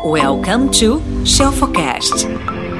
Welcome to Shelfocast.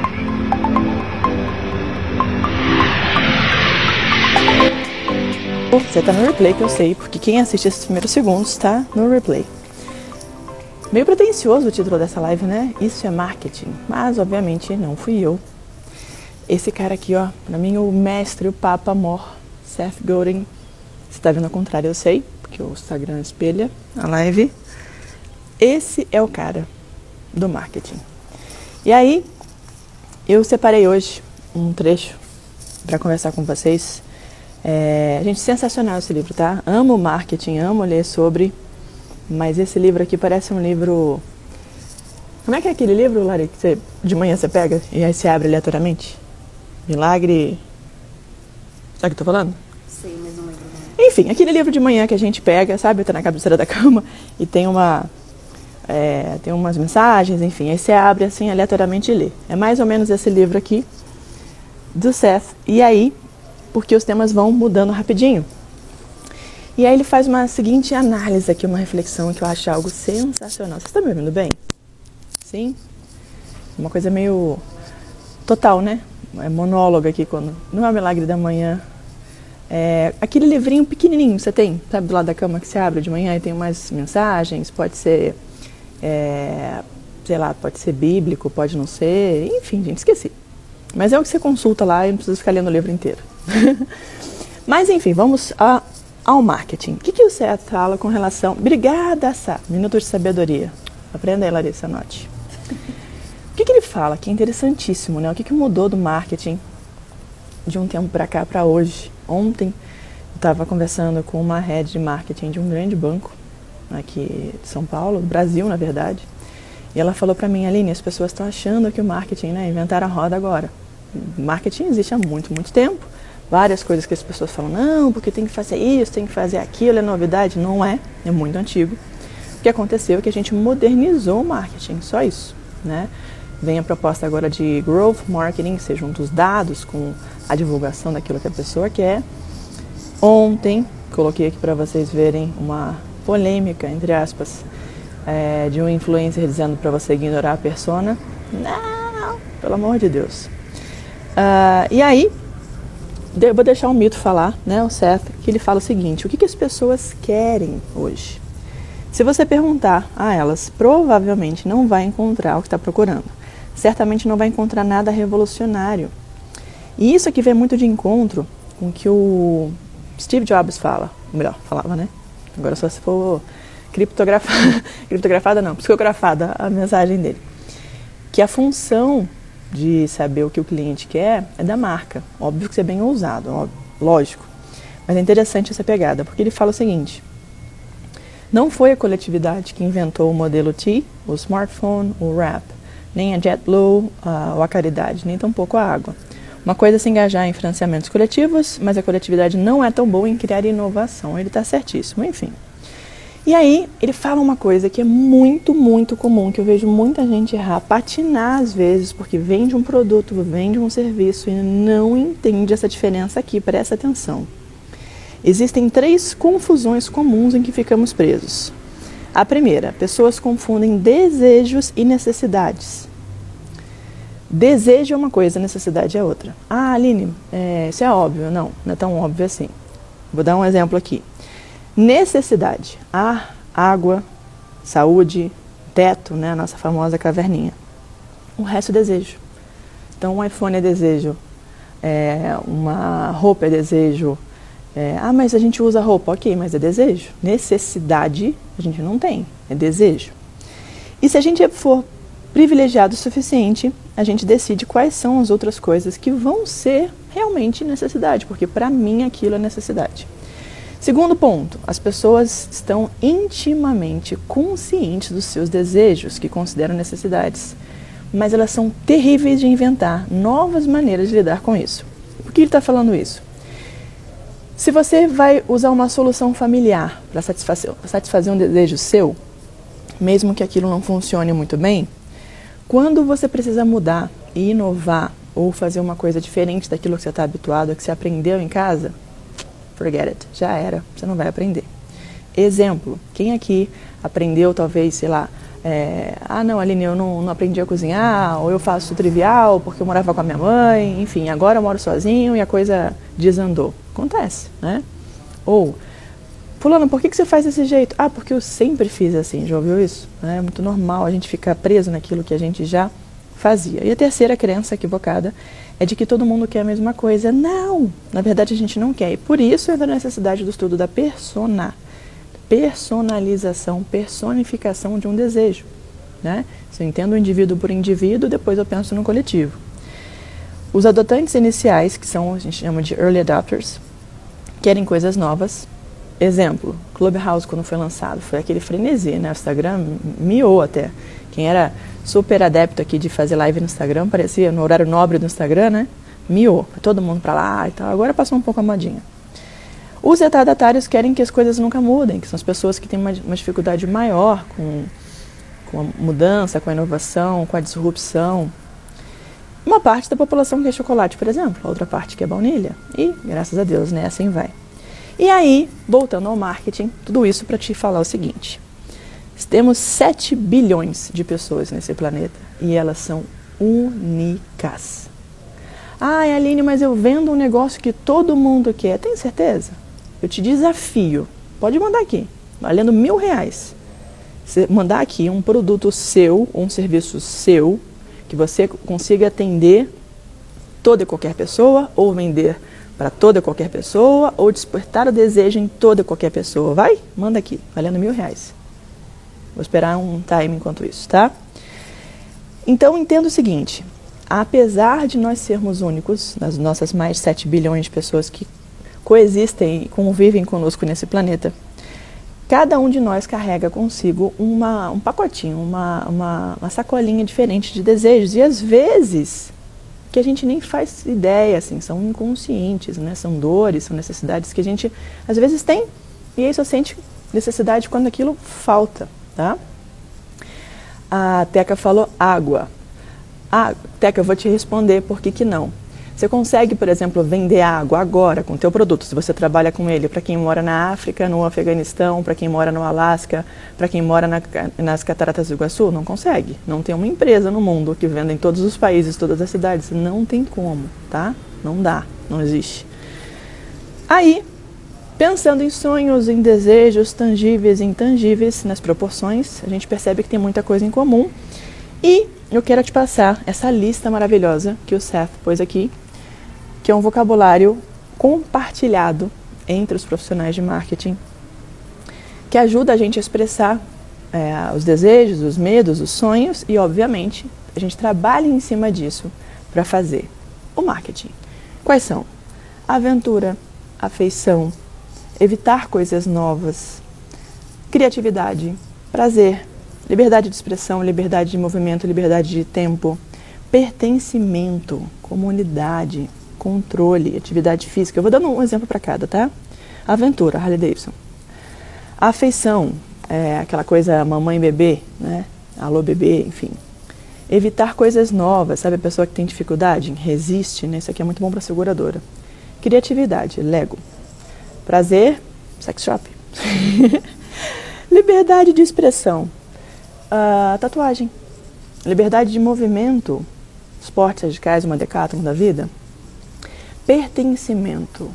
Você tá no replay, que eu sei, porque quem assiste esses primeiros segundos tá no replay. Meio pretencioso o título dessa live, né? Isso é marketing. Mas, obviamente, não fui eu. Esse cara aqui, ó, pra mim, o mestre, o papa mor, Seth Godin. Você tá vendo ao contrário, eu sei, porque o Instagram espelha a live. Esse é o cara do marketing. E aí, eu separei hoje um trecho pra conversar com vocês. Gente, sensacional esse livro, tá? Amo marketing, amo ler sobre, mas esse livro aqui parece um livro... Como é que é aquele livro, Lari, que de manhã você pega e aí você abre aleatoriamente? Milagre... Sabe o que eu tô falando? Sei, mas não lembro. Enfim, aquele livro de manhã que a gente pega, sabe? Tá na cabeceira da cama e tem tem umas mensagens, enfim. Aí você abre assim aleatoriamente e lê. É mais ou menos esse livro aqui do Seth. E aí... porque os temas vão mudando rapidinho. E aí ele faz uma seguinte análise aqui, uma reflexão que eu acho algo sensacional. Vocês estão me ouvindo bem? Sim? Uma coisa meio total, né? É monólogo aqui, quando não é o Milagre da Manhã. Aquele livrinho pequenininho, você tem, sabe, do lado da cama que você abre de manhã e tem umas mensagens, pode ser, sei lá, pode ser bíblico, pode não ser, enfim, gente, esqueci. Mas é o que você consulta lá e não precisa ficar lendo o livro inteiro. Mas enfim, vamos ao marketing. O que o Seth fala com relação... Obrigada, Sá. Minuto de sabedoria. Aprenda aí, Larissa, anote. O que ele fala que é interessantíssimo, né? O que mudou do marketing de um tempo para cá para hoje? Ontem eu estava conversando com uma head de marketing de um grande banco aqui de São Paulo, do Brasil, na verdade. E ela falou para mim, Aline, as pessoas estão achando que o marketing, né, inventaram a roda agora. Marketing existe há muito, muito tempo. Várias coisas que as pessoas falam, não, porque tem que fazer isso, tem que fazer aquilo, é novidade. Não é, é muito antigo. O que aconteceu é que a gente modernizou o marketing, só isso, né? Vem a proposta agora de growth marketing, que você junta os dados com a divulgação daquilo que a pessoa quer. Ontem, coloquei aqui para vocês verem uma polêmica, entre aspas, de um influencer dizendo para você ignorar a persona. Não, pelo amor de Deus. E aí, eu vou deixar um mito falar, né, o Seth, que ele fala o seguinte, o que as pessoas querem hoje? Se você perguntar a elas, provavelmente não vai encontrar o que está procurando. Certamente não vai encontrar nada revolucionário. E isso aqui vem muito de encontro com o que o Steve Jobs fala, ou melhor, falava, né? Agora só se for criptografada não, psicografada a mensagem dele. Que a função de saber o que o cliente quer é da marca. Óbvio que isso é bem ousado, óbvio, lógico. Mas é interessante essa pegada, porque ele fala o seguinte, não foi a coletividade que inventou o modelo T, o smartphone, o rap, nem a JetBlue ou a caridade, nem tampouco a água. Uma coisa é se engajar em financiamentos coletivos, mas a coletividade não é tão boa em criar inovação. Ele está certíssimo, enfim. E aí, ele fala uma coisa que é muito, muito comum, que eu vejo muita gente errar, patinar às vezes, porque vende um produto, vende um serviço e não entende essa diferença aqui, presta atenção. Existem 3 confusões comuns em que ficamos presos. A primeira, pessoas confundem desejos e necessidades. Desejo é uma coisa, necessidade é outra. Ah, Aline, isso é óbvio. Não é tão óbvio assim. Vou dar um exemplo aqui. Necessidade, ar, água, saúde, teto, né, a nossa famosa caverninha. O resto é desejo. Então, um iPhone é desejo, uma roupa é desejo. Mas a gente usa roupa, ok, mas é desejo. Necessidade a gente não tem, é desejo. E se a gente for privilegiado o suficiente, a gente decide quais são as outras coisas que vão ser realmente necessidade, porque para mim aquilo é necessidade. Segundo ponto, as pessoas estão intimamente conscientes dos seus desejos, que consideram necessidades, mas elas são terríveis de inventar novas maneiras de lidar com isso. Por que ele está falando isso? Se você vai usar uma solução familiar para satisfazer um desejo seu, mesmo que aquilo não funcione muito bem, quando você precisa mudar e inovar ou fazer uma coisa diferente daquilo que você está habituado, que você aprendeu em casa, forget it, já era, você não vai aprender. Exemplo, quem aqui aprendeu talvez, sei lá, Não, Aline, eu não aprendi a cozinhar, ou eu faço trivial porque eu morava com a minha mãe, enfim, agora eu moro sozinho e a coisa desandou. Acontece, né? Ou, fulano, por que você faz desse jeito? Porque eu sempre fiz assim, já ouviu isso? É muito normal a gente ficar preso naquilo que a gente já fazia. E a terceira crença equivocada é de que todo mundo quer a mesma coisa. Não, na verdade a gente não quer. E por isso entra a necessidade do estudo da personalização, personificação de um desejo, né? Se eu entendo o indivíduo por indivíduo, depois eu penso no coletivo. Os adotantes iniciais, que são, a gente chama de early adopters, querem coisas novas. Exemplo, Clubhouse quando foi lançado, foi aquele frenesi, né? O Instagram miou até. Quem era super adepto aqui de fazer live no Instagram, parecia no horário nobre do Instagram, né? Miou, foi todo mundo pra lá e tal. Agora passou um pouco a modinha. Os retardatários querem que as coisas nunca mudem, que são as pessoas que têm uma dificuldade maior com a mudança, com a inovação, com a disrupção. Uma parte da população quer chocolate, por exemplo, a outra parte quer baunilha. E, graças a Deus, né, assim vai. E aí, voltando ao marketing, tudo isso para te falar o seguinte. Temos 7 bilhões de pessoas nesse planeta e elas são únicas. Aline, mas eu vendo um negócio que todo mundo quer. Tem certeza? Eu te desafio, pode mandar aqui, valendo R$1.000. Você mandar aqui um produto seu, um serviço seu, que você consiga atender toda e qualquer pessoa, ou vender para toda e qualquer pessoa, ou despertar o desejo em toda e qualquer pessoa. Vai? Manda aqui, valendo R$1.000. Vou esperar um time enquanto isso, tá? Então, entenda o seguinte. Apesar de nós sermos únicos, nas nossas mais de 7 bilhões de pessoas que coexistem e convivem conosco nesse planeta, cada um de nós carrega consigo um pacotinho, uma sacolinha diferente de desejos. E às vezes, que a gente nem faz ideia, assim, são inconscientes, né? São dores, são necessidades que a gente às vezes tem e aí só sente necessidade quando aquilo falta, tá? A Teca falou água. Teca, eu vou te responder por que não. Você consegue, por exemplo, vender água agora com o teu produto, se você trabalha com ele, para quem mora na África, no Afeganistão, para quem mora no Alasca, para quem mora nas Cataratas do Iguaçu? Não consegue. Não tem uma empresa no mundo que venda em todos os países, todas as cidades. Não tem como, tá? Não dá, não existe. Aí, pensando em sonhos, em desejos tangíveis e intangíveis, nas proporções, a gente percebe que tem muita coisa em comum. E eu quero te passar essa lista maravilhosa que o Seth pôs aqui, que é um vocabulário compartilhado entre os profissionais de marketing, que ajuda a gente a expressar os desejos, os medos, os sonhos e, obviamente, a gente trabalha em cima disso para fazer o marketing. Quais são? Aventura, afeição, evitar coisas novas, criatividade, prazer, liberdade de expressão, liberdade de movimento, liberdade de tempo, pertencimento, comunidade, controle, atividade física. Eu vou dando um exemplo para cada, tá? Aventura, Harley Davidson. A afeição, aquela coisa mamãe e bebê, né? Alô bebê, enfim. Evitar coisas novas, sabe a pessoa que tem dificuldade? Resiste, né? Isso aqui é muito bom para a seguradora. Criatividade, Lego. Prazer, sex shop. Liberdade de expressão, tatuagem. Liberdade de movimento, esportes radicais, uma Decathlon da vida. Pertencimento,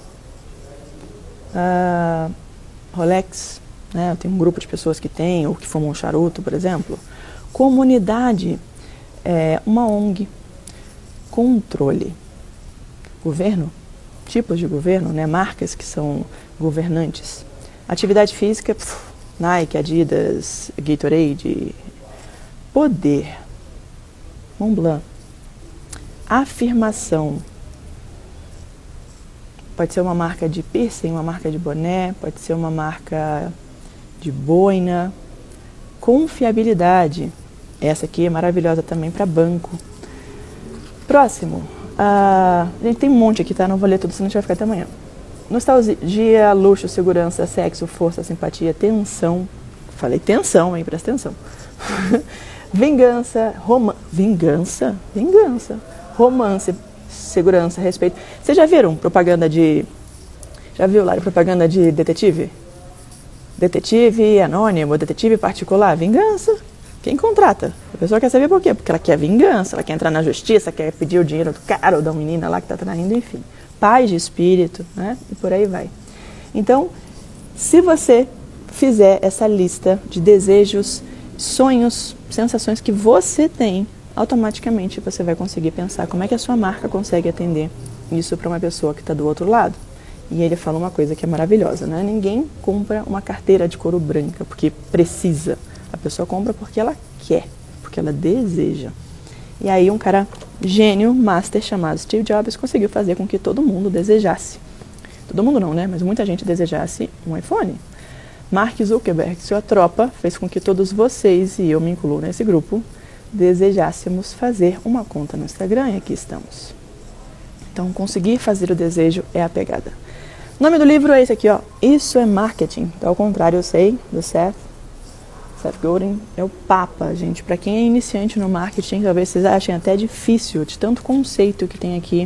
Rolex, né? Eu tenho um grupo de pessoas que tem, ou que fumam um charuto, por exemplo. Comunidade, uma ONG. Controle, governo, tipos de governo, né? Marcas que são governantes. Atividade física, Nike, Adidas, Gatorade. Poder, Montblanc. Afirmação, pode ser uma marca de piercing, uma marca de boné, pode ser uma marca de boina. Confiabilidade, essa aqui é maravilhosa também para banco. Próximo, a gente tem um monte aqui, tá? Não vou ler tudo, senão a gente vai ficar até amanhã. Nostalgia, luxo, segurança, sexo, força, simpatia, tensão. Falei tensão, hein? Presta atenção. Vingança, romance, segurança, respeito. Vocês já viram propaganda de... Já viu lá a propaganda de detetive? Detetive anônimo, detetive particular, vingança, Quem contrata? A pessoa quer saber por quê? Porque ela quer vingança, ela quer entrar na justiça, quer pedir o dinheiro do cara ou da menina lá que está traindo, enfim. Paz de espírito, né? E por aí vai. Então, se você fizer essa lista de desejos, sonhos, sensações que você tem, automaticamente você vai conseguir pensar como é que a sua marca consegue atender isso para uma pessoa que está do outro lado. E ele fala uma coisa que é maravilhosa, né? Ninguém compra uma carteira de couro branca porque precisa. A pessoa compra porque ela quer, porque ela deseja. E aí um cara gênio, master, chamado Steve Jobs, conseguiu fazer com que todo mundo desejasse. Todo mundo não, né? Mas muita gente desejasse um iPhone. Mark Zuckerberg, sua tropa, fez com que todos vocês, e eu me incluo nesse grupo, desejássemos fazer uma conta no Instagram, e aqui estamos. Então, conseguir fazer o desejo é a pegada. O nome do livro é esse aqui, ó. Isso é Marketing. Então, ao contrário, eu sei, do Seth Godin, é o papa, gente. Para quem é iniciante no marketing, talvez vocês achem até difícil, de tanto conceito que tem aqui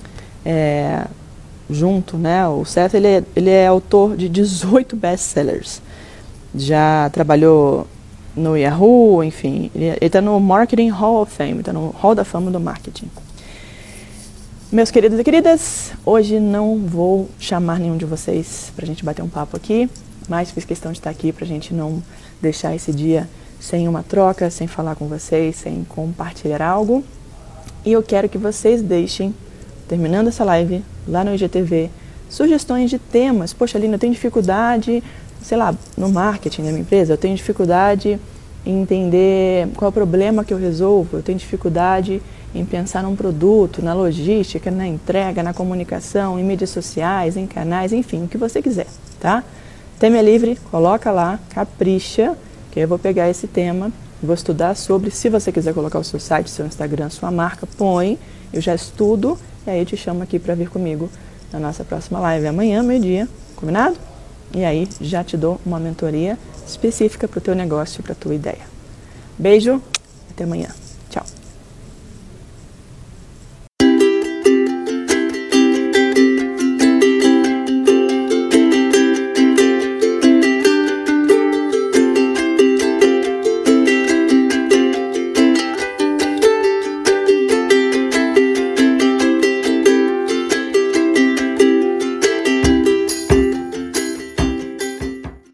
junto, né? O Seth, ele é autor de 18 best-sellers. Já trabalhou no Yahoo, enfim. Ele está no Marketing Hall of Fame, está no Hall da Fama do Marketing. Meus queridos e queridas, hoje não vou chamar nenhum de vocês para a gente bater um papo aqui, mas fiz questão de estar aqui para a gente não deixar esse dia sem uma troca, sem falar com vocês, sem compartilhar algo. E eu quero que vocês deixem, terminando essa live, lá no IGTV, sugestões de temas. Poxa, Aline, eu tenho dificuldade, sei lá, no marketing da minha empresa, eu tenho dificuldade em entender qual é o problema que eu resolvo, eu tenho dificuldade em pensar num produto, na logística, na entrega, na comunicação, em mídias sociais, em canais, enfim, o que você quiser, tá? Tema é livre, coloca lá, capricha, que eu vou pegar esse tema, vou estudar sobre. Se você quiser colocar o seu site, seu Instagram, sua marca, põe, eu já estudo, e aí eu te chamo aqui para vir comigo na nossa próxima live amanhã, meio-dia, combinado? E aí já te dou uma mentoria específica para o teu negócio e para a tua ideia. Beijo, até amanhã.